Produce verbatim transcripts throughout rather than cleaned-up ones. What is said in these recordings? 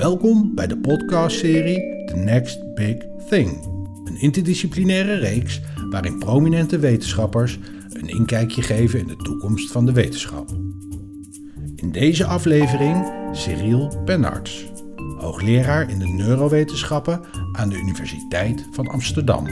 Welkom bij de podcastserie The Next Big Thing. Een interdisciplinaire reeks waarin prominente wetenschappers een inkijkje geven in de toekomst van de wetenschap. In deze aflevering Cyril Penarts, hoogleraar in de neurowetenschappen aan de Universiteit van Amsterdam.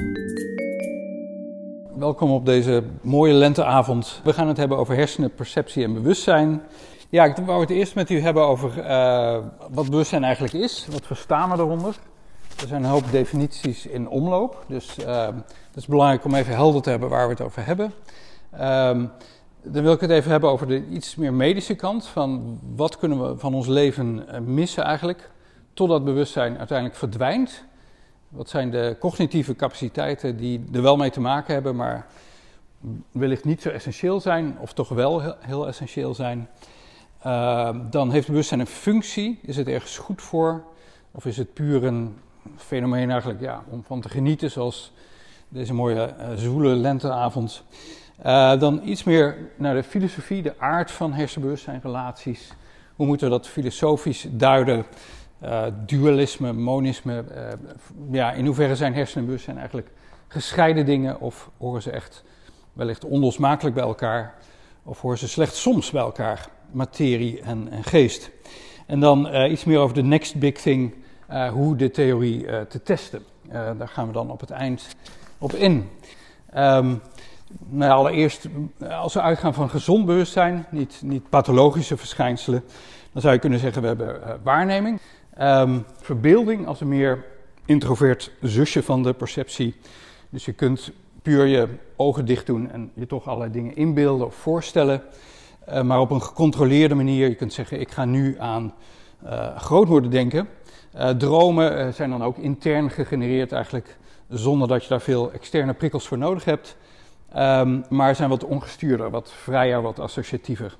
Welkom op deze mooie lenteavond. We gaan het hebben over hersenen, perceptie en bewustzijn. Ja, ik wou het eerst met u hebben over uh, wat bewustzijn eigenlijk is. Wat verstaan we eronder? Er zijn een hoop definities in omloop. Dus uh, het is belangrijk om even helder te hebben waar we het over hebben. Um, dan wil ik het even hebben over de iets meer medische kant. Van wat kunnen we van ons leven missen eigenlijk, totdat bewustzijn uiteindelijk verdwijnt. Wat zijn de cognitieve capaciteiten die er wel mee te maken hebben, maar wellicht niet zo essentieel zijn, of toch wel heel, heel essentieel zijn. Uh, dan heeft bewustzijn een functie. Is het ergens goed voor? Of is het puur een fenomeen eigenlijk ja, om van te genieten, zoals deze mooie uh, zwoele lenteavond. Uh, dan iets meer naar de filosofie, de aard van hersenbewustzijn, relaties. Hoe moeten we dat filosofisch duiden? Uh, dualisme, monisme. Uh, ja, in hoeverre zijn hersenen en bewustzijn eigenlijk gescheiden dingen? Of horen ze echt wellicht onlosmakelijk bij elkaar? Of horen ze slechts soms bij elkaar? Materie en, en geest. En dan uh, iets meer over de next big thing, uh, hoe de theorie uh, te testen. Uh, daar gaan we dan op het eind op in. Um, nou ja, allereerst, als we uitgaan van gezond bewustzijn, niet, niet pathologische verschijnselen, dan zou je kunnen zeggen we hebben uh, waarneming. Um, verbeelding als een meer introvert zusje van de perceptie. Dus je kunt puur je ogen dicht doen en je toch allerlei dingen inbeelden of voorstellen. Uh, maar op een gecontroleerde manier. Je kunt zeggen, ik ga nu aan uh, grootmoeder denken. Uh, dromen uh, zijn dan ook intern gegenereerd eigenlijk, zonder dat je daar veel externe prikkels voor nodig hebt. Um, maar zijn wat ongestuurder, wat vrijer, wat associatiever.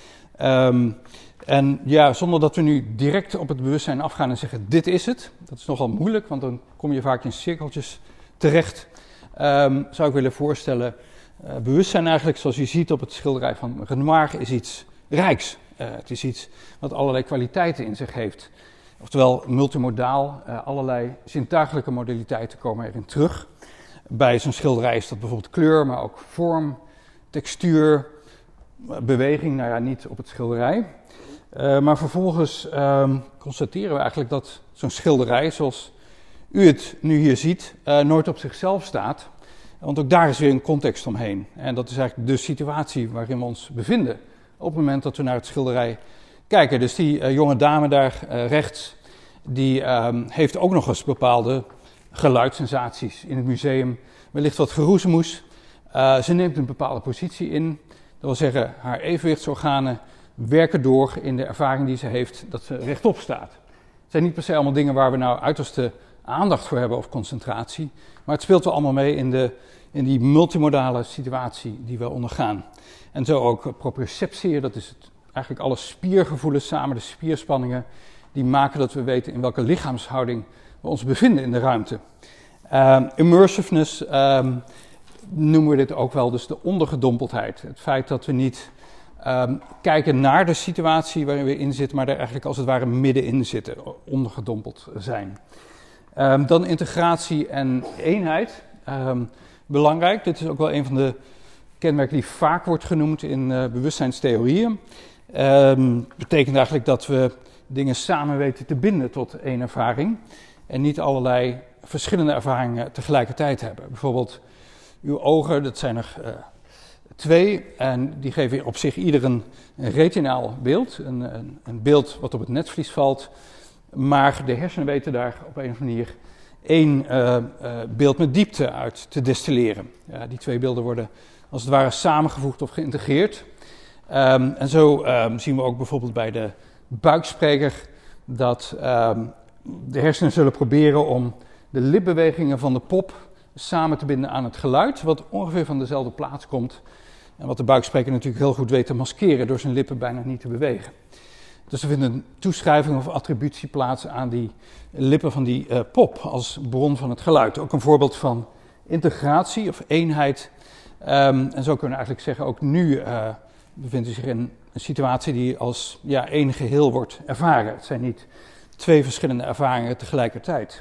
Um, en ja, zonder dat we nu direct op het bewustzijn afgaan en zeggen, dit is het. Dat is nogal moeilijk, want dan kom je vaak in cirkeltjes terecht. Um, zou ik willen voorstellen, uh, bewustzijn eigenlijk, zoals je ziet op het schilderij van Renoir, is iets rijks. Uh, het is iets wat allerlei kwaliteiten in zich heeft. Oftewel multimodaal, uh, allerlei zintuigelijke modaliteiten komen erin terug. Bij zo'n schilderij is dat bijvoorbeeld kleur, maar ook vorm, textuur, beweging, nou ja, niet op het schilderij. Uh, maar vervolgens um, constateren we eigenlijk dat zo'n schilderij, zoals u het nu hier ziet, uh, nooit op zichzelf staat. Want ook daar is weer een context omheen. En dat is eigenlijk de situatie waarin we ons bevinden op het moment dat we naar het schilderij kijken. Dus die uh, jonge dame daar uh, rechts, die uh, heeft ook nog eens bepaalde geluidssensaties in het museum. Wellicht wat geroezemoes. Uh, ze neemt een bepaalde positie in. Dat wil zeggen, haar evenwichtsorganen werken door in de ervaring die ze heeft dat ze rechtop staat. Het zijn niet per se allemaal dingen waar we nou uiterste aandacht voor hebben of concentratie. Maar het speelt wel allemaal mee in, de, in die multimodale situatie die we ondergaan. En zo ook proprioceptie, dat is het, eigenlijk alle spiergevoelens samen, de spierspanningen, die maken dat we weten in welke lichaamshouding we ons bevinden in de ruimte. Uh, immersiveness um, noemen we dit ook wel, dus de ondergedompeldheid. Het feit dat we niet um, kijken naar de situatie waarin we in zitten, maar er eigenlijk als het ware middenin zitten, ondergedompeld zijn. Um, dan integratie en eenheid. Um, belangrijk, dit is ook wel een van de kenmerken die vaak wordt genoemd in uh, bewustzijnstheorieën. Um, betekent eigenlijk dat we dingen samen weten te binden tot één ervaring en niet allerlei verschillende ervaringen tegelijkertijd hebben. Bijvoorbeeld uw ogen, dat zijn er uh, twee en die geven op zich ieder een, een retinaal beeld, een, een, een beeld wat op het netvlies valt. Maar de hersenen weten daar op een of andere manier één uh, uh, beeld met diepte uit te destilleren. Ja, die twee beelden worden als het ware samengevoegd of geïntegreerd. Um, en zo um, zien we ook bijvoorbeeld bij de buikspreker dat um, de hersenen zullen proberen om de lipbewegingen van de pop samen te binden aan het geluid, wat ongeveer van dezelfde plaats komt. En wat de buikspreker natuurlijk heel goed weet te maskeren door zijn lippen bijna niet te bewegen. Dus er vindt een toeschrijving of attributie plaats aan die lippen van die uh, pop als bron van het geluid. Ook een voorbeeld van integratie of eenheid. Um, en zo kunnen we eigenlijk zeggen, ook nu uh, bevindt u zich in een situatie die als ja, één geheel wordt ervaren. Het zijn niet twee verschillende ervaringen tegelijkertijd.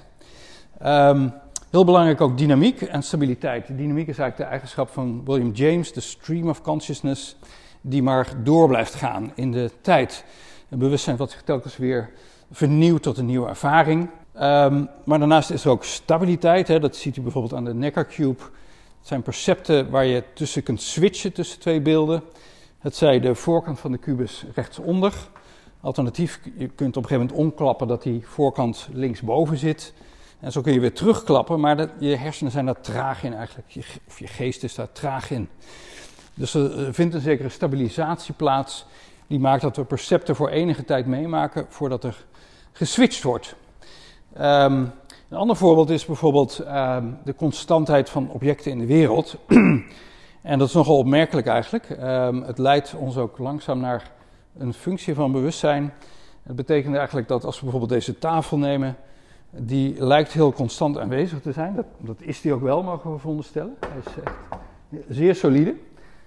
Um, heel belangrijk ook dynamiek en stabiliteit. Dynamiek is eigenlijk de eigenschap van William James, de stream of consciousness, die maar door blijft gaan in de tijd. Een bewustzijn wat zich telkens weer vernieuwt tot een nieuwe ervaring. Um, maar daarnaast is er ook stabiliteit. Hè. Dat ziet u bijvoorbeeld aan de Necker Cube. Het zijn percepten waar je tussen kunt switchen tussen twee beelden. Het zij de voorkant van de kubus rechtsonder. Alternatief, je kunt op een gegeven moment omklappen dat die voorkant linksboven zit. En zo kun je weer terugklappen, maar dat, je hersenen zijn daar traag in eigenlijk. Je, of je geest is daar traag in. Dus er vindt een zekere stabilisatie plaats. Die maakt dat we percepten voor enige tijd meemaken voordat er geswitcht wordt. Um, een ander voorbeeld is bijvoorbeeld um, de constantheid van objecten in de wereld. En dat is nogal opmerkelijk eigenlijk. Um, het leidt ons ook langzaam naar een functie van bewustzijn. Het betekent eigenlijk dat als we bijvoorbeeld deze tafel nemen, die lijkt heel constant aanwezig te zijn. Dat, dat is die ook wel, mogen we veronderstellen. Hij is echt zeer solide.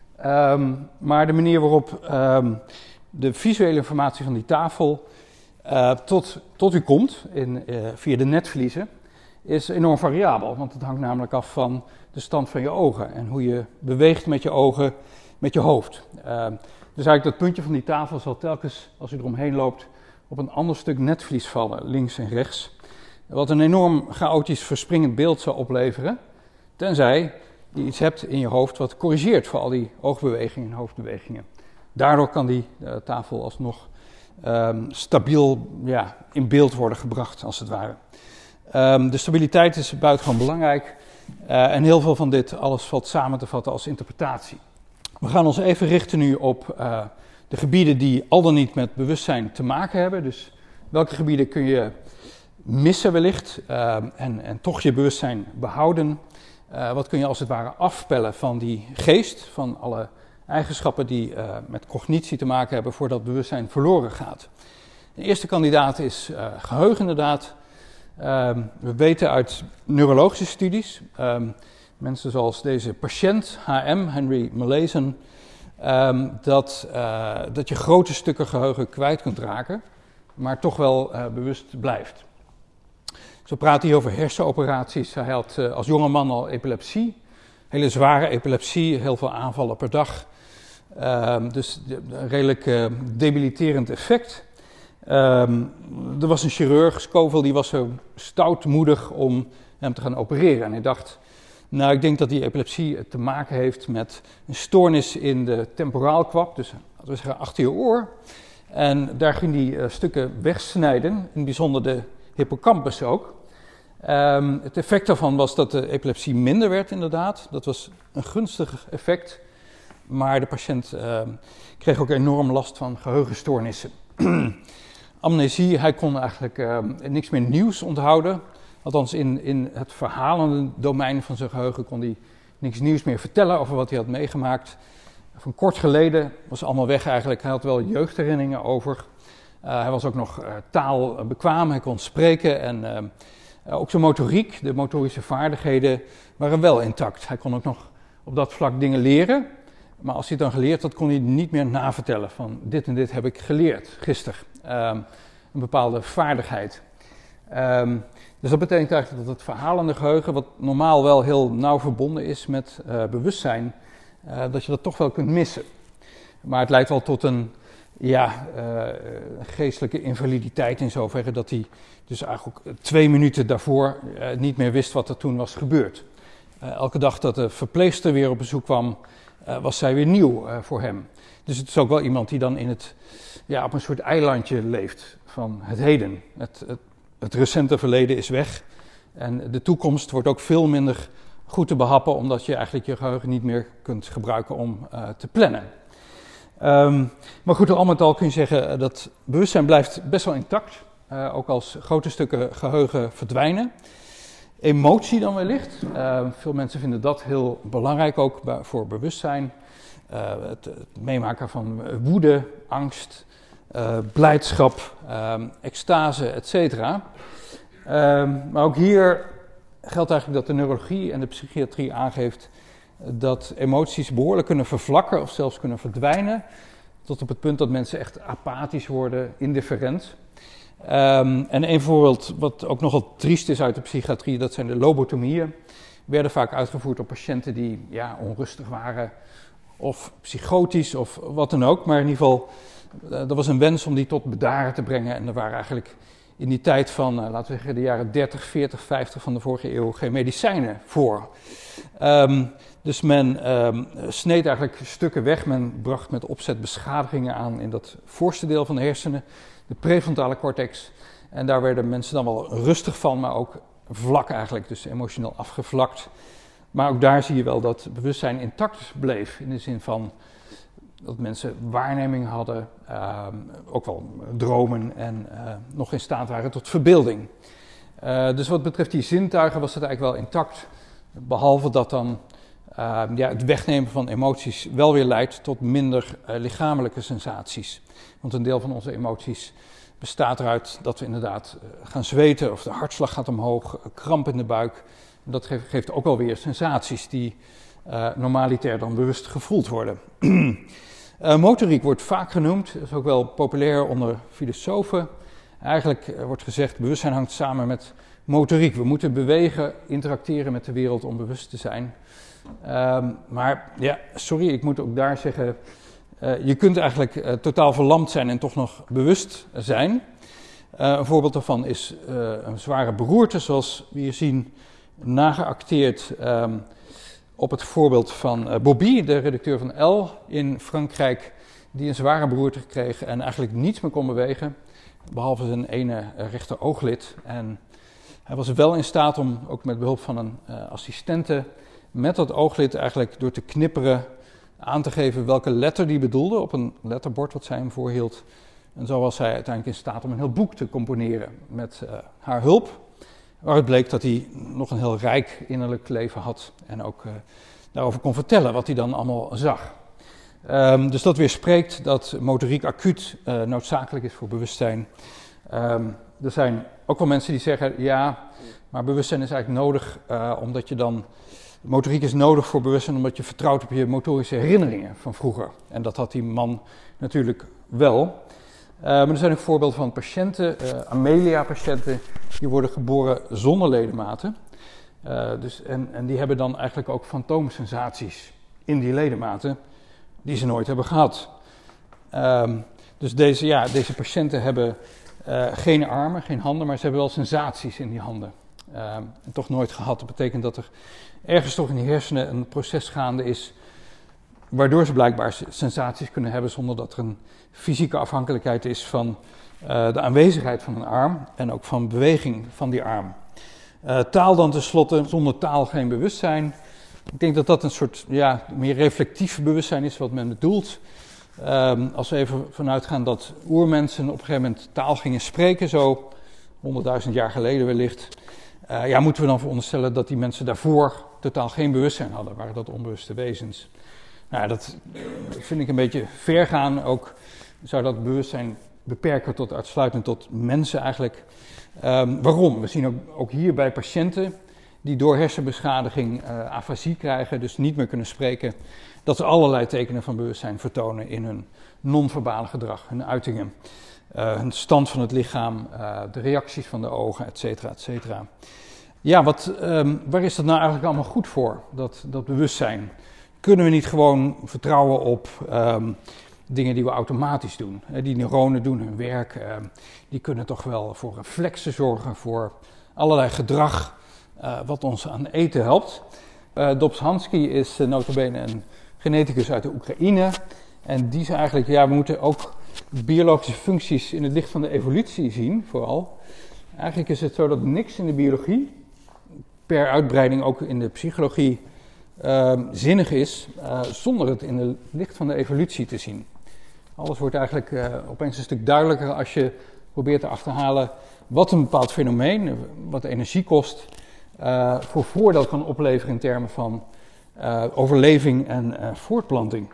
Um, maar de manier waarop um, de visuele informatie van die tafel uh, tot, tot u komt in, uh, via de netvliezen is enorm variabel. Want het hangt namelijk af van de stand van je ogen en hoe je beweegt met je ogen, met je hoofd. Uh, dus eigenlijk dat puntje van die tafel zal telkens, als u eromheen loopt, op een ander stuk netvlies vallen, links en rechts. Wat een enorm chaotisch verspringend beeld zou opleveren, tenzij je iets hebt in je hoofd wat corrigeert voor al die oogbewegingen en hoofdbewegingen. Daardoor kan die uh, tafel alsnog um, stabiel ja, in beeld worden gebracht, als het ware. Um, de stabiliteit is buitengewoon belangrijk uh, en heel veel van dit alles valt samen te vatten als interpretatie. We gaan ons even richten nu op uh, de gebieden die al dan niet met bewustzijn te maken hebben. Dus welke gebieden kun je missen wellicht uh, en, en toch je bewustzijn behouden? Uh, wat kun je als het ware afpellen van die geest, van alle eigenschappen die uh, met cognitie te maken hebben voordat bewustzijn verloren gaat. De eerste kandidaat is uh, geheugen inderdaad. Uh, we weten uit neurologische studies, uh, mensen zoals deze patiënt, H M, Henry Molaison, uh, dat, uh, dat je grote stukken geheugen kwijt kunt raken, maar toch wel uh, bewust blijft. Zo praat hij over hersenoperaties. Hij had uh, als jonge man al epilepsie, hele zware epilepsie, heel veel aanvallen per dag. Uh, dus een redelijk uh, debiliterend effect. Um, er was een chirurg, Scoville, die was zo stoutmoedig om hem te gaan opereren. En hij dacht, nou ik denk dat die epilepsie te maken heeft met een stoornis in de temporaalkwab, dus laten we zeggen achter je oor. En daar ging hij uh, stukken wegsnijden, in het bijzonder de hippocampus ook. Um, het effect daarvan was dat de epilepsie minder werd inderdaad. Dat was een gunstig effect, maar de patiënt uh, kreeg ook enorm last van geheugenstoornissen. Amnesie, hij kon eigenlijk uh, niks meer nieuws onthouden. Althans, in, in het verhalende domein van zijn geheugen kon hij niks nieuws meer vertellen over wat hij had meegemaakt. Van kort geleden was allemaal weg eigenlijk. Hij had wel jeugdherinneringen over. Uh, hij was ook nog uh, taalbekwaam, hij kon spreken en uh, ook zijn motoriek, de motorische vaardigheden, waren wel intact. Hij kon ook nog op dat vlak dingen leren. Maar als hij het dan geleerd had, kon hij niet meer navertellen van dit en dit heb ik geleerd gisteren. Um, een bepaalde vaardigheid. Um, dus dat betekent eigenlijk dat het verhalende geheugen, wat normaal wel heel nauw verbonden is met uh, bewustzijn, uh, dat je dat toch wel kunt missen. Maar het leidt wel tot een ja, uh, geestelijke invaliditeit in zoverre dat hij dus eigenlijk ook twee minuten daarvoor uh, niet meer wist wat er toen was gebeurd. Uh, elke dag dat de verpleegster weer op bezoek kwam, uh, was zij weer nieuw uh, voor hem. Dus het is ook wel iemand die dan in het, ja, op een soort eilandje leeft van het heden. Het, het, het recente verleden is weg en de toekomst wordt ook veel minder goed te behappen, omdat je eigenlijk je geheugen niet meer kunt gebruiken om uh, te plannen. Um, maar goed, al met al kun je zeggen dat bewustzijn blijft best wel intact, uh, ook als grote stukken geheugen verdwijnen. Emotie dan wellicht. Uh, veel mensen vinden dat heel belangrijk ook voor bewustzijn. Uh, het, het meemaken van woede, angst, uh, blijdschap, uh, extase, et cetera. Uh, maar ook hier geldt eigenlijk dat de neurologie en de psychiatrie aangeeft dat emoties behoorlijk kunnen vervlakken of zelfs kunnen verdwijnen, tot op het punt dat mensen echt apathisch worden, indifferent. Um, en een voorbeeld wat ook nogal triest is uit de psychiatrie, dat zijn de lobotomieën. Werden vaak uitgevoerd op patiënten die ja, onrustig waren of psychotisch of wat dan ook. Maar in ieder geval, uh, er was een wens om die tot bedaren te brengen. En er waren eigenlijk in die tijd van, uh, laten we zeggen, de jaren dertig, veertig, vijftig van de vorige eeuw geen medicijnen voor. Um, dus men um, sneed eigenlijk stukken weg. Men bracht met opzet beschadigingen aan in dat voorste deel van de hersenen, de prefrontale cortex. En daar werden mensen dan wel rustig van, maar ook vlak eigenlijk, dus emotioneel afgevlakt. Maar ook daar zie je wel dat bewustzijn intact bleef, in de zin van dat mensen waarneming hadden, uh, ook wel dromen en uh, nog in staat waren tot verbeelding. Uh, dus wat betreft die zintuigen was het eigenlijk wel intact, behalve dat dan uh, ja, het wegnemen van emoties wel weer leidt tot minder uh, lichamelijke sensaties. Want een deel van onze emoties bestaat eruit dat we inderdaad gaan zweten of de hartslag gaat omhoog, kramp in de buik. Dat geeft, geeft ook alweer sensaties die uh, normaliter dan bewust gevoeld worden. uh, motoriek wordt vaak genoemd, is ook wel populair onder filosofen. Eigenlijk uh, wordt gezegd, bewustzijn hangt samen met motoriek. We moeten bewegen, interacteren met de wereld om bewust te zijn. Uh, maar ja, sorry, ik moet ook daar zeggen, Uh, je kunt eigenlijk uh, totaal verlamd zijn en toch nog bewust zijn. Uh, een voorbeeld daarvan is uh, een zware beroerte, zoals we hier zien nageacteerd um, op het voorbeeld van uh, Bobby, de redacteur van Elle in Frankrijk, die een zware beroerte kreeg en eigenlijk niets meer kon bewegen, behalve zijn ene uh, rechter ooglid. En hij was wel in staat om, ook met behulp van een uh, assistente, met dat ooglid eigenlijk door te knipperen aan te geven welke letter die bedoelde op een letterbord wat zij hem voorhield. En zo was hij uiteindelijk in staat om een heel boek te componeren met uh, haar hulp. Waaruit bleek dat hij nog een heel rijk innerlijk leven had en ook uh, daarover kon vertellen wat hij dan allemaal zag. Um, dus dat weerspreekt dat motoriek acuut uh, noodzakelijk is voor bewustzijn. Um, er zijn ook wel mensen die zeggen, ja, maar bewustzijn is eigenlijk nodig uh, omdat je dan... Motoriek is nodig voor bewustzijn omdat je vertrouwt op je motorische herinneringen van vroeger. En dat had die man natuurlijk wel. Uh, maar er zijn ook voorbeelden van patiënten, uh, Amelia-patiënten, die worden geboren zonder ledematen. Uh, dus, en, en die hebben dan eigenlijk ook fantoomsensaties in die ledematen die ze nooit hebben gehad. Um, dus deze, ja, deze patiënten hebben uh, geen armen, geen handen, maar ze hebben wel sensaties in die handen. Uh, en toch nooit gehad. Dat betekent dat er ergens toch in die hersenen een proces gaande is waardoor ze blijkbaar sensaties kunnen hebben zonder dat er een fysieke afhankelijkheid is van uh, de aanwezigheid van een arm en ook van beweging van die arm. Uh, taal dan tenslotte, zonder taal geen bewustzijn. Ik denk dat dat een soort ja, meer reflectief bewustzijn is wat men bedoelt. Um, als we even vanuit gaan dat oermensen op een gegeven moment taal gingen spreken, zo honderdduizend jaar geleden wellicht. Uh, ja, moeten we dan veronderstellen dat die mensen daarvoor totaal geen bewustzijn hadden? Waren dat onbewuste wezens? Nou, dat vind ik een beetje ver gaan. Ook zou dat bewustzijn beperken tot uitsluitend tot mensen eigenlijk. Um, waarom? We zien ook, ook hier bij patiënten die door hersenbeschadiging uh, afasie krijgen, dus niet meer kunnen spreken, dat ze allerlei tekenen van bewustzijn vertonen in hun non-verbale gedrag, hun uitingen. Uh, hun stand van het lichaam, uh, de reacties van de ogen, et cetera, et cetera. Ja, wat, um, waar is dat nou eigenlijk allemaal goed voor, dat, dat bewustzijn? Kunnen we niet gewoon vertrouwen op um, dingen die we automatisch doen? He, die neuronen doen hun werk, uh, die kunnen toch wel voor reflexen zorgen, voor allerlei gedrag uh, wat ons aan eten helpt. Uh, Dobzhansky is uh, nota bene een geneticus uit de Oekraïne. En die zei eigenlijk, ja, we moeten ook biologische functies in het licht van de evolutie zien, vooral. Eigenlijk is het zo dat niks in de biologie, per uitbreiding ook in de psychologie, uh, zinnig is, uh, zonder het in het licht van de evolutie te zien. Alles wordt eigenlijk uh, opeens een stuk duidelijker als je probeert te achterhalen wat een bepaald fenomeen, wat energie kost, uh, voor voordeel kan opleveren in termen van uh, overleving en uh, voortplanting.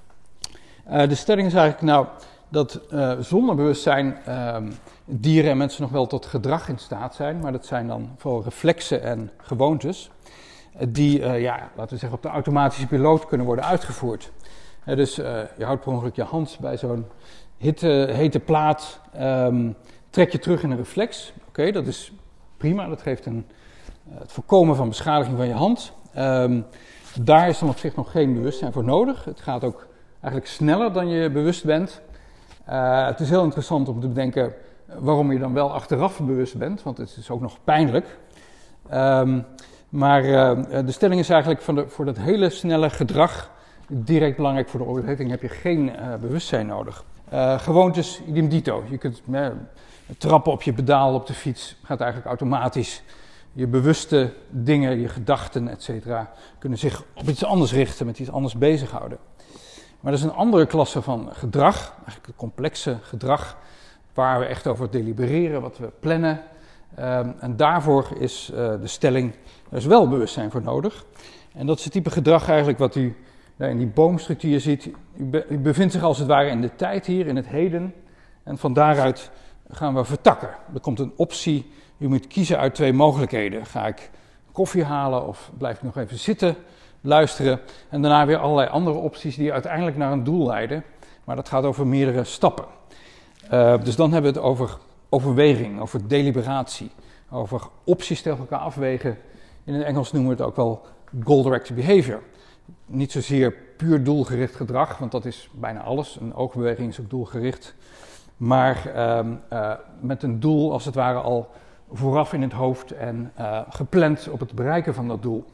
Uh, de stelling is eigenlijk nou dat uh, zonder bewustzijn uh, dieren en mensen nog wel tot gedrag in staat zijn, maar dat zijn dan vooral reflexen en gewoontes uh, die, uh, ja, laten we zeggen, op de automatische piloot kunnen worden uitgevoerd. Uh, dus uh, je houdt per ongeluk je hand bij zo'n hitte, hete plaat, um, trek je terug in een reflex. Oké, okay, dat is prima. Dat geeft een, uh, het voorkomen van beschadiging van je hand. Um, daar is dan op zich nog geen bewustzijn voor nodig. Het gaat ook eigenlijk sneller dan je bewust bent. Uh, het is heel interessant om te bedenken waarom je dan wel achteraf bewust bent, want het is ook nog pijnlijk. Um, maar uh, de stelling is eigenlijk van de, voor dat hele snelle gedrag, direct belangrijk voor de overleving, heb je geen uh, bewustzijn nodig. Uh, gewoontes idem dito. Je kunt uh, trappen op je pedaal op de fiets, gaat eigenlijk automatisch. Je bewuste dingen, je gedachten, et cetera, kunnen zich op iets anders richten, met iets anders bezighouden. Maar dat is een andere klasse van gedrag, eigenlijk het complexe gedrag, waar we echt over delibereren, wat we plannen. Um, en daarvoor is uh, de stelling, er is wel bewustzijn voor nodig. En dat is het type gedrag eigenlijk wat u uh, in die boomstructuur ziet. U, be, u bevindt zich als het ware in de tijd hier, in het heden. En van daaruit gaan we vertakken. Er komt een optie, u moet kiezen uit twee mogelijkheden. Ga ik koffie halen of blijf ik nog even zitten, luisteren. En daarna weer allerlei andere opties die uiteindelijk naar een doel leiden. Maar dat gaat over meerdere stappen. Uh, dus dan hebben we het over overweging, over deliberatie, over opties tegen elkaar afwegen. In het Engels noemen we het ook wel goal-directed behavior. Niet zozeer puur doelgericht gedrag, want dat is bijna alles. Een oogbeweging is ook doelgericht. Maar uh, uh, met een doel als het ware al vooraf in het hoofd en uh, gepland op het bereiken van dat doel.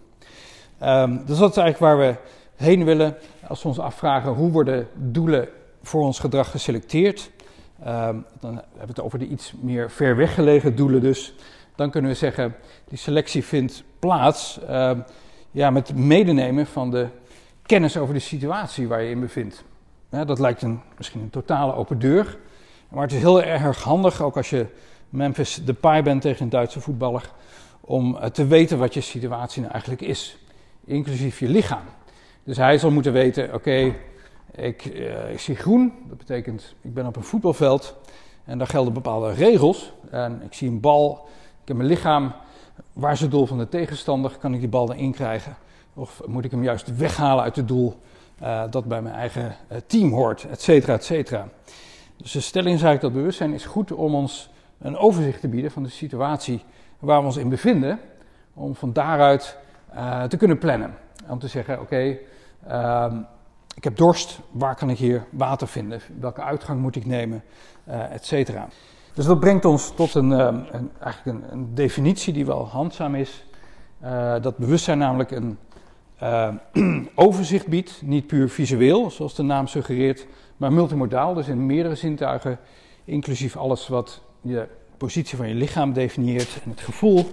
Um, dus dat is eigenlijk waar we heen willen. Als we ons afvragen hoe worden doelen voor ons gedrag geselecteerd, um, dan hebben we het over de iets meer ver weggelegen doelen dus. Dan kunnen we zeggen, die selectie vindt plaats um, ja, met het medenemen van de kennis over de situatie waar je in bevindt. Ja, dat lijkt een, misschien een totale open deur, maar het is heel erg handig, ook als je Memphis Depay bent tegen een Duitse voetballer, om uh, te weten wat je situatie nou eigenlijk is, inclusief je lichaam. Dus hij zal moeten weten, oké, okay, ik, uh, ik zie groen, dat betekent ik ben op een voetbalveld en daar gelden bepaalde regels. En ik zie een bal, ik heb mijn lichaam, waar is het doel van de tegenstander, kan ik die bal erin krijgen? Of moet ik hem juist weghalen uit het doel uh, dat bij mijn eigen uh, team hoort, et cetera, et cetera. Dus de stelling is eigenlijk dat bewustzijn is goed om ons een overzicht te bieden van de situatie waar we ons in bevinden, om van daaruit uh, te kunnen plannen. Om te zeggen, oké, okay, uh, ik heb dorst, waar kan ik hier water vinden? Welke uitgang moet ik nemen? Uh, et cetera. Dus dat brengt ons tot een, um, een, eigenlijk een, een definitie die wel handzaam is. Uh, dat bewustzijn namelijk een uh, overzicht biedt, niet puur visueel, zoals de naam suggereert, maar multimodaal, dus in meerdere zintuigen, inclusief alles wat je positie van je lichaam definieert en het gevoel.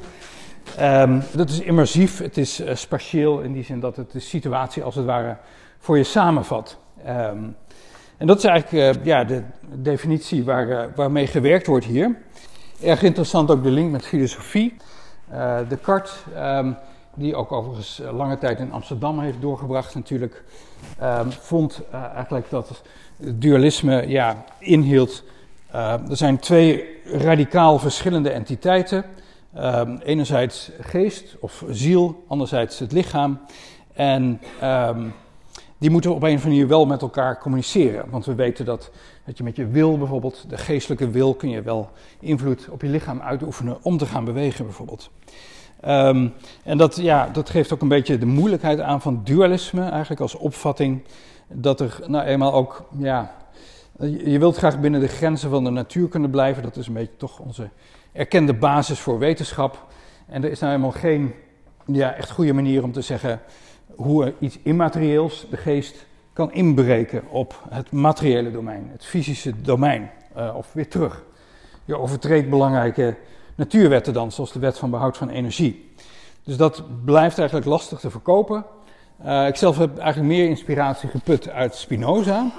Um, dat is immersief, het is uh, spatieel in die zin dat het de situatie als het ware voor je samenvat. Um, en dat is eigenlijk uh, ja, de definitie waar, uh, waarmee gewerkt wordt hier. Erg interessant ook de link met filosofie. Uh, Descartes, um, die ook overigens uh, lange tijd in Amsterdam heeft doorgebracht natuurlijk, um, vond uh, eigenlijk dat het dualisme ja, inhield. Uh, er zijn twee radicaal verschillende entiteiten. Uh, enerzijds geest of ziel, anderzijds het lichaam. En um, die moeten op een of andere manier wel met elkaar communiceren. Want we weten dat, dat je met je wil bijvoorbeeld, de geestelijke wil, kun je wel invloed op je lichaam uitoefenen om te gaan bewegen bijvoorbeeld. Um, en dat, ja, dat geeft ook een beetje de moeilijkheid aan van dualisme eigenlijk als opvatting. Dat er nou eenmaal ook, ja, je wilt graag binnen de grenzen van de natuur kunnen blijven. Dat is een beetje toch onze erkende basis voor wetenschap. En er is nou eenmaal geen ja, echt goede manier om te zeggen hoe iets immaterieels, de geest, kan inbreken op het materiële domein, het fysische domein, uh, of weer terug. Je overtreedt belangrijke natuurwetten dan, zoals de wet van behoud van energie. Dus dat blijft eigenlijk lastig te verkopen. Uh, ik zelf heb eigenlijk meer inspiratie geput uit Spinoza.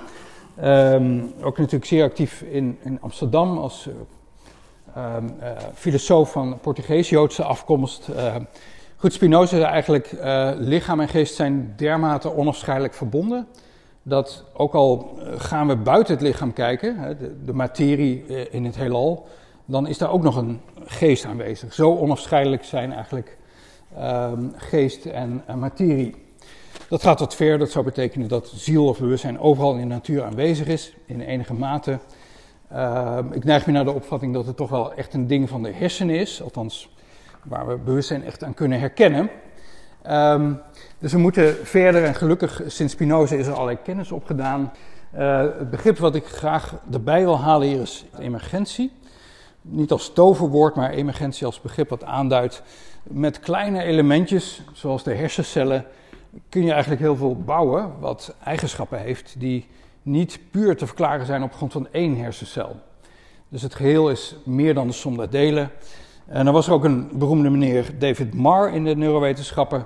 Um, ook natuurlijk zeer actief in, in Amsterdam als uh, um, uh, filosoof van Portugees-Joodse afkomst. Uh, goed, Spinoza zei eigenlijk, uh, lichaam en geest zijn dermate onafscheidelijk verbonden, dat ook al gaan we buiten het lichaam kijken, hè, de, de materie uh, in het heelal, dan is daar ook nog een geest aanwezig. Zo onafscheidelijk zijn eigenlijk um, geest en uh, materie. Dat gaat wat ver, dat zou betekenen dat ziel of bewustzijn overal in de natuur aanwezig is, in enige mate. Uh, ik neig me naar de opvatting dat het toch wel echt een ding van de hersenen is. Althans, waar we bewustzijn echt aan kunnen herkennen. Um, dus we moeten verder, en gelukkig sinds Spinoza is er allerlei kennis opgedaan. Uh, het begrip wat ik graag erbij wil halen hier is emergentie. Niet als toverwoord, maar emergentie als begrip wat aanduidt. Met kleine elementjes, zoals de hersencellen, kun je eigenlijk heel veel bouwen wat eigenschappen heeft die niet puur te verklaren zijn op grond van één hersencel. Dus het geheel is meer dan de som der delen. En dan was er ook een beroemde meneer David Marr in de neurowetenschappen.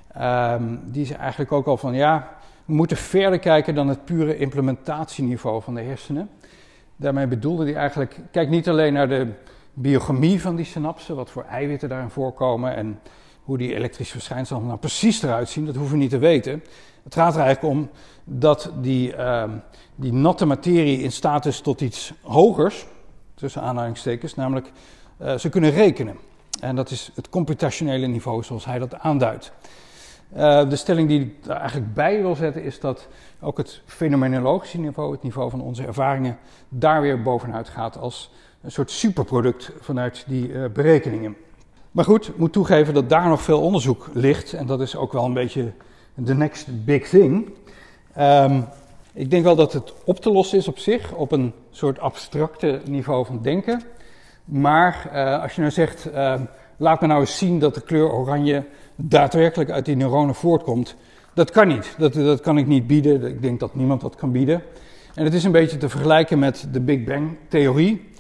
Um, die zei eigenlijk ook al van ja, we moeten verder kijken dan het pure implementatieniveau van de hersenen. Daarmee bedoelde hij eigenlijk, kijk niet alleen naar de biochemie van die synapsen, wat voor eiwitten daarin voorkomen en hoe die elektrische verschijnselen nou precies eruit zien, dat hoeven we niet te weten. Het gaat er eigenlijk om dat die, uh, die natte materie in staat is tot iets hogers, tussen aanhalingstekens, namelijk uh, ze kunnen rekenen. En dat is het computationele niveau zoals hij dat aanduidt. Uh, de stelling die ik daar eigenlijk bij wil zetten is dat ook het fenomenologische niveau, het niveau van onze ervaringen, daar weer bovenuit gaat als een soort superproduct vanuit die uh, berekeningen. Maar goed, ik moet toegeven dat daar nog veel onderzoek ligt en dat is ook wel een beetje the next big thing. Um, ik denk wel dat het op te lossen is op zich, op een soort abstracte niveau van denken. Maar uh, als je nou zegt, uh, laat me nou eens zien dat de kleur oranje daadwerkelijk uit die neuronen voortkomt. Dat kan niet, dat, dat kan ik niet bieden, ik denk dat niemand dat kan bieden. En het is een beetje te vergelijken met de Big Bang theorie.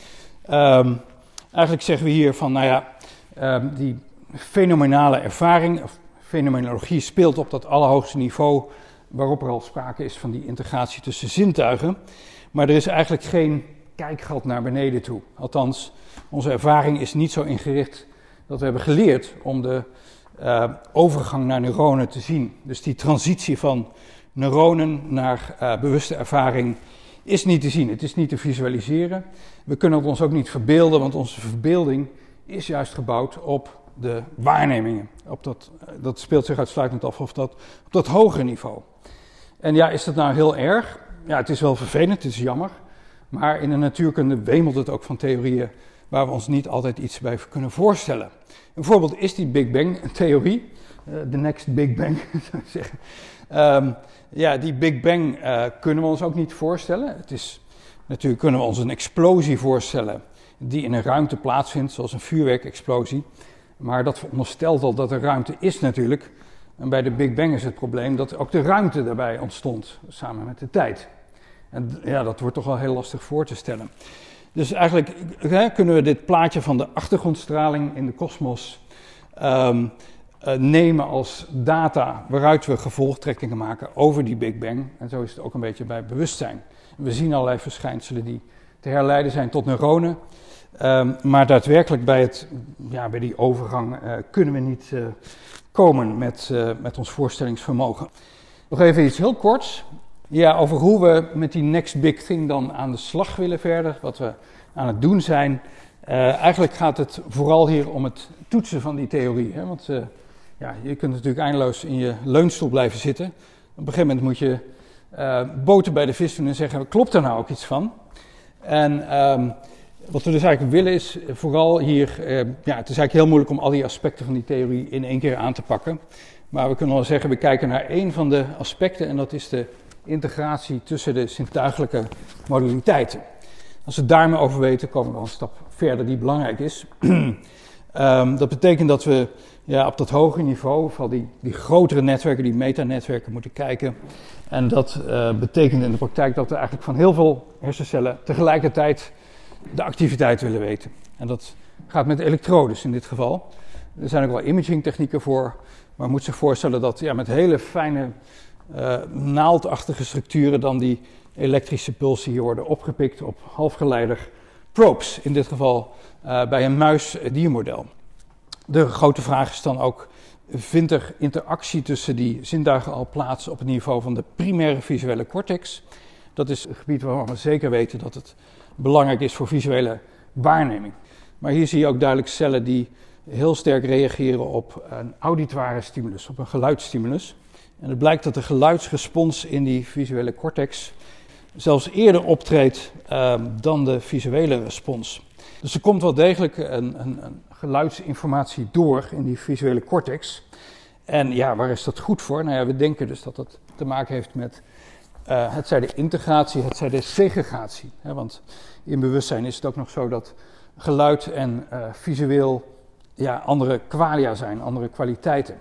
Um, eigenlijk zeggen we hier van, nou ja, um, die fenomenale ervaring, of fenomenologie speelt op dat allerhoogste niveau, waarop er al sprake is van die integratie tussen zintuigen. Maar er is eigenlijk geen kijkgat naar beneden toe. Althans, onze ervaring is niet zo ingericht dat we hebben geleerd om de uh, overgang naar neuronen te zien. Dus die transitie van neuronen naar uh, bewuste ervaring is niet te zien. Het is niet te visualiseren. We kunnen het ons ook niet verbeelden, want onze verbeelding is juist gebouwd op de waarnemingen. Op dat, dat speelt zich uitsluitend af op dat, op dat hogere niveau. En ja, is dat nou heel erg? Ja, het is wel vervelend, het is jammer. Maar in de natuurkunde wemelt het ook van theorieën waar we ons niet altijd iets bij kunnen voorstellen. Een voorbeeld is die Big Bang-theorie, de uh, next Big Bang, zou ik zeggen. Um, ja, die Big Bang uh, kunnen we ons ook niet voorstellen. Het is, natuurlijk kunnen we ons een explosie voorstellen die in een ruimte plaatsvindt, zoals een vuurwerkexplosie. Maar dat veronderstelt al dat er ruimte is natuurlijk. En bij de Big Bang is het probleem dat ook de ruimte daarbij ontstond, samen met de tijd. En ja, dat wordt toch wel heel lastig voor te stellen. Dus eigenlijk hè, kunnen we dit plaatje van de achtergrondstraling in de kosmos um, uh, nemen als data waaruit we gevolgtrekkingen maken over die Big Bang. En zo is het ook een beetje bij bewustzijn. We zien allerlei verschijnselen die te herleiden zijn tot neuronen. Um, maar daadwerkelijk bij, het, ja, bij die overgang uh, kunnen we niet uh, komen met, uh, met ons voorstellingsvermogen. Nog even iets heel korts. Ja, over hoe we met die next big thing dan aan de slag willen verder, wat we aan het doen zijn. Uh, eigenlijk gaat het vooral hier om het toetsen van die theorie. Hè? Want uh, ja, je kunt natuurlijk eindeloos in je leunstoel blijven zitten. Op een gegeven moment moet je uh, boter bij de vis doen en zeggen, klopt er nou ook iets van? En um, wat we dus eigenlijk willen is vooral hier, uh, ja, het is eigenlijk heel moeilijk om al die aspecten van die theorie in één keer aan te pakken. Maar we kunnen wel zeggen, we kijken naar één van de aspecten en dat is de integratie tussen de zintuigelijke modaliteiten. Als we daarmee over weten, komen we al een stap verder die belangrijk is. um, dat betekent dat we ja, op dat hoge niveau, vooral die, die grotere netwerken, die metanetwerken moeten kijken. En dat uh, betekent in de praktijk dat we eigenlijk van heel veel hersencellen tegelijkertijd de activiteit willen weten. En dat gaat met elektrodes in dit geval. Er zijn ook wel imaging technieken voor, maar je moet zich voorstellen dat ja, met hele fijne Uh, naaldachtige structuren dan die elektrische pulsen hier worden opgepikt op halfgeleider probes. In dit geval uh, bij een muis-diermodel. De grote vraag is dan ook, vindt er interactie tussen die zintuigen al plaats op het niveau van de primaire visuele cortex? Dat is een gebied waarvan we zeker weten dat het belangrijk is voor visuele waarneming. Maar hier zie je ook duidelijk cellen die heel sterk reageren op een auditoire stimulus, op een geluidsstimulus. En het blijkt dat de geluidsrespons in die visuele cortex zelfs eerder optreedt uh, dan de visuele respons. Dus er komt wel degelijk een, een, een geluidsinformatie door in die visuele cortex. En ja, waar is dat goed voor? Nou ja, we denken dus dat dat te maken heeft met uh, het zij de integratie, het zij de segregatie. Hè, want in bewustzijn is het ook nog zo dat geluid en uh, visueel ja, andere qualia zijn, andere kwaliteiten.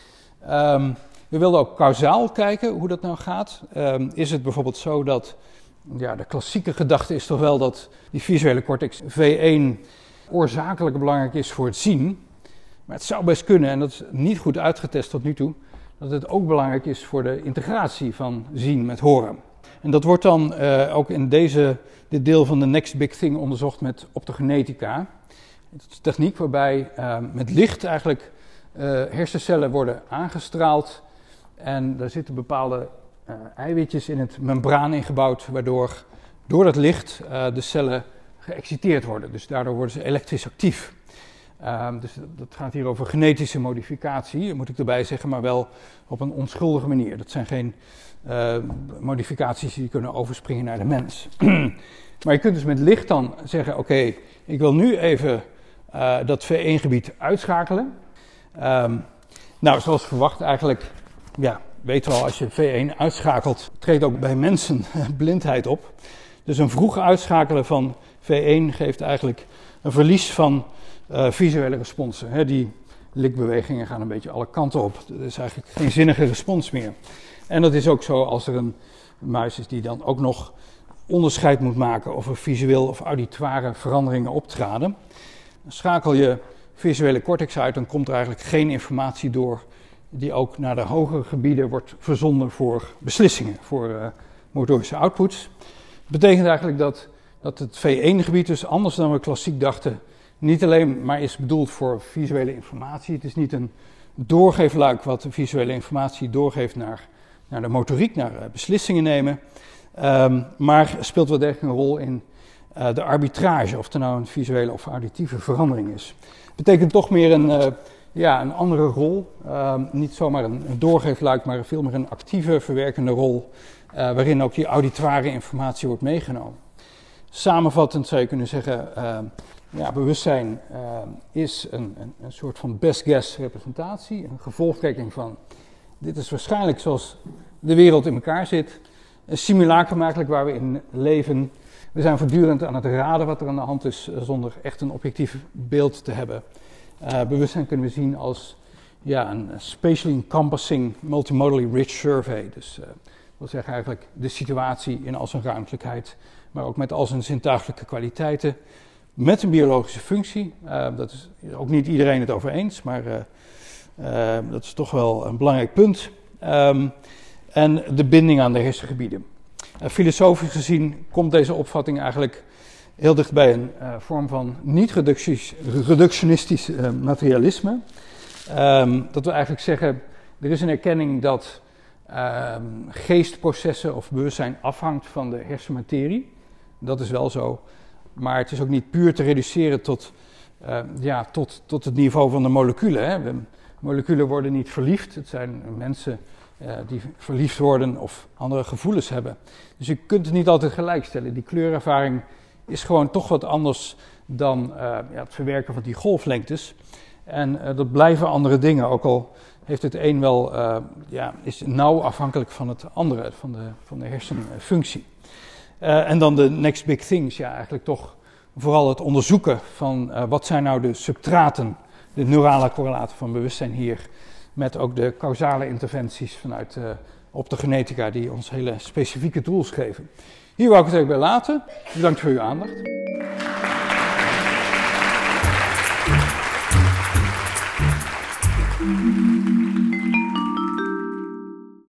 Um, we wilden ook kausaal kijken hoe dat nou gaat. Um, is het bijvoorbeeld zo dat, ja, de klassieke gedachte is toch wel dat die visuele cortex V één oorzakelijk belangrijk is voor het zien. Maar het zou best kunnen, en dat is niet goed uitgetest tot nu toe, dat het ook belangrijk is voor de integratie van zien met horen. En dat wordt dan uh, ook in deze, dit deel van de Next Big Thing onderzocht met optogenetica. Het is een techniek waarbij uh, met licht eigenlijk uh, hersencellen worden aangestraald. En daar zitten bepaalde uh, eiwitjes in het membraan ingebouwd, waardoor door dat licht uh, de cellen geëxciteerd worden. Dus daardoor worden ze elektrisch actief. Uh, dus dat gaat hier over genetische modificatie, moet ik erbij zeggen, maar wel op een onschuldige manier. Dat zijn geen uh, modificaties die kunnen overspringen naar de mens. Maar je kunt dus met licht dan zeggen, oké, okay, ik wil nu even uh, dat V één gebied uitschakelen. Um, nou, zoals verwacht eigenlijk, ja, weten we al, als je V één uitschakelt, treedt ook bij mensen blindheid op. Dus een vroeg uitschakelen van V één geeft eigenlijk een verlies van uh, visuele responsen. Hè. Die likbewegingen gaan een beetje alle kanten op. Er is eigenlijk geen zinnige respons meer. En dat is ook zo als er een muis is die dan ook nog onderscheid moet maken of er visueel of auditoire veranderingen optraden. Dan schakel je visuele cortex uit, dan komt er eigenlijk geen informatie door die ook naar de hogere gebieden wordt verzonden voor beslissingen, voor uh, motorische outputs. Dat betekent eigenlijk dat, dat het V één gebied dus anders dan we klassiek dachten niet alleen maar is bedoeld voor visuele informatie. Het is niet een doorgeefluik wat de visuele informatie doorgeeft naar, naar de motoriek, naar uh, beslissingen nemen. Um, maar speelt wel degelijk een rol in uh, de arbitrage, of er nou een visuele of auditieve verandering is. Betekent toch meer een, uh, ja, een andere rol. Uh, niet zomaar een, een doorgeefluik, maar veel meer een actieve, verwerkende rol, uh, waarin ook die auditoire informatie wordt meegenomen. Samenvattend zou je kunnen zeggen, uh, ja, bewustzijn uh, is een, een, een soort van best guess representatie, een gevolgtrekking van, dit is waarschijnlijk zoals de wereld in elkaar zit. Een simulacrum eigenlijk waar we in leven. We zijn voortdurend aan het raden wat er aan de hand is, zonder echt een objectief beeld te hebben. Uh, bewustzijn kunnen we zien als ja, een spatially encompassing, multimodally rich survey. Dus uh, dat wil zeggen eigenlijk de situatie in al zijn ruimtelijkheid, maar ook met al zijn zintuiglijke kwaliteiten. Met een biologische functie. Uh, dat is ook niet iedereen het over eens, maar uh, uh, dat is toch wel een belangrijk punt. Um, En de binding aan de hersengebieden. Uh, filosofisch gezien komt deze opvatting eigenlijk heel dicht bij een uh, vorm van niet-reductionistisch uh, materialisme. Um, dat we eigenlijk zeggen, er is een erkenning dat uh, geestprocessen of bewustzijn afhangt van de hersenmaterie. Dat is wel zo. Maar het is ook niet puur te reduceren tot, uh, ja, tot, tot het niveau van de moleculen. Hè. De moleculen worden niet verliefd. Het zijn mensen Uh, die verliefd worden of andere gevoelens hebben. Dus je kunt het niet altijd gelijkstellen. Die kleurervaring is gewoon toch wat anders dan uh, ja, het verwerken van die golflengtes. En uh, dat blijven andere dingen, ook al heeft het een wel, uh, ja, is nauw afhankelijk van het andere, van de, van de hersenfunctie. Uh, en dan de next big things, ja, eigenlijk toch vooral het onderzoeken van uh, wat zijn nou de substraten, de neurale correlaten van bewustzijn hier, met ook de causale interventies vanuit uh, optogenetica die ons hele specifieke tools geven. Hier wou ik het even bij laten. Bedankt voor uw aandacht.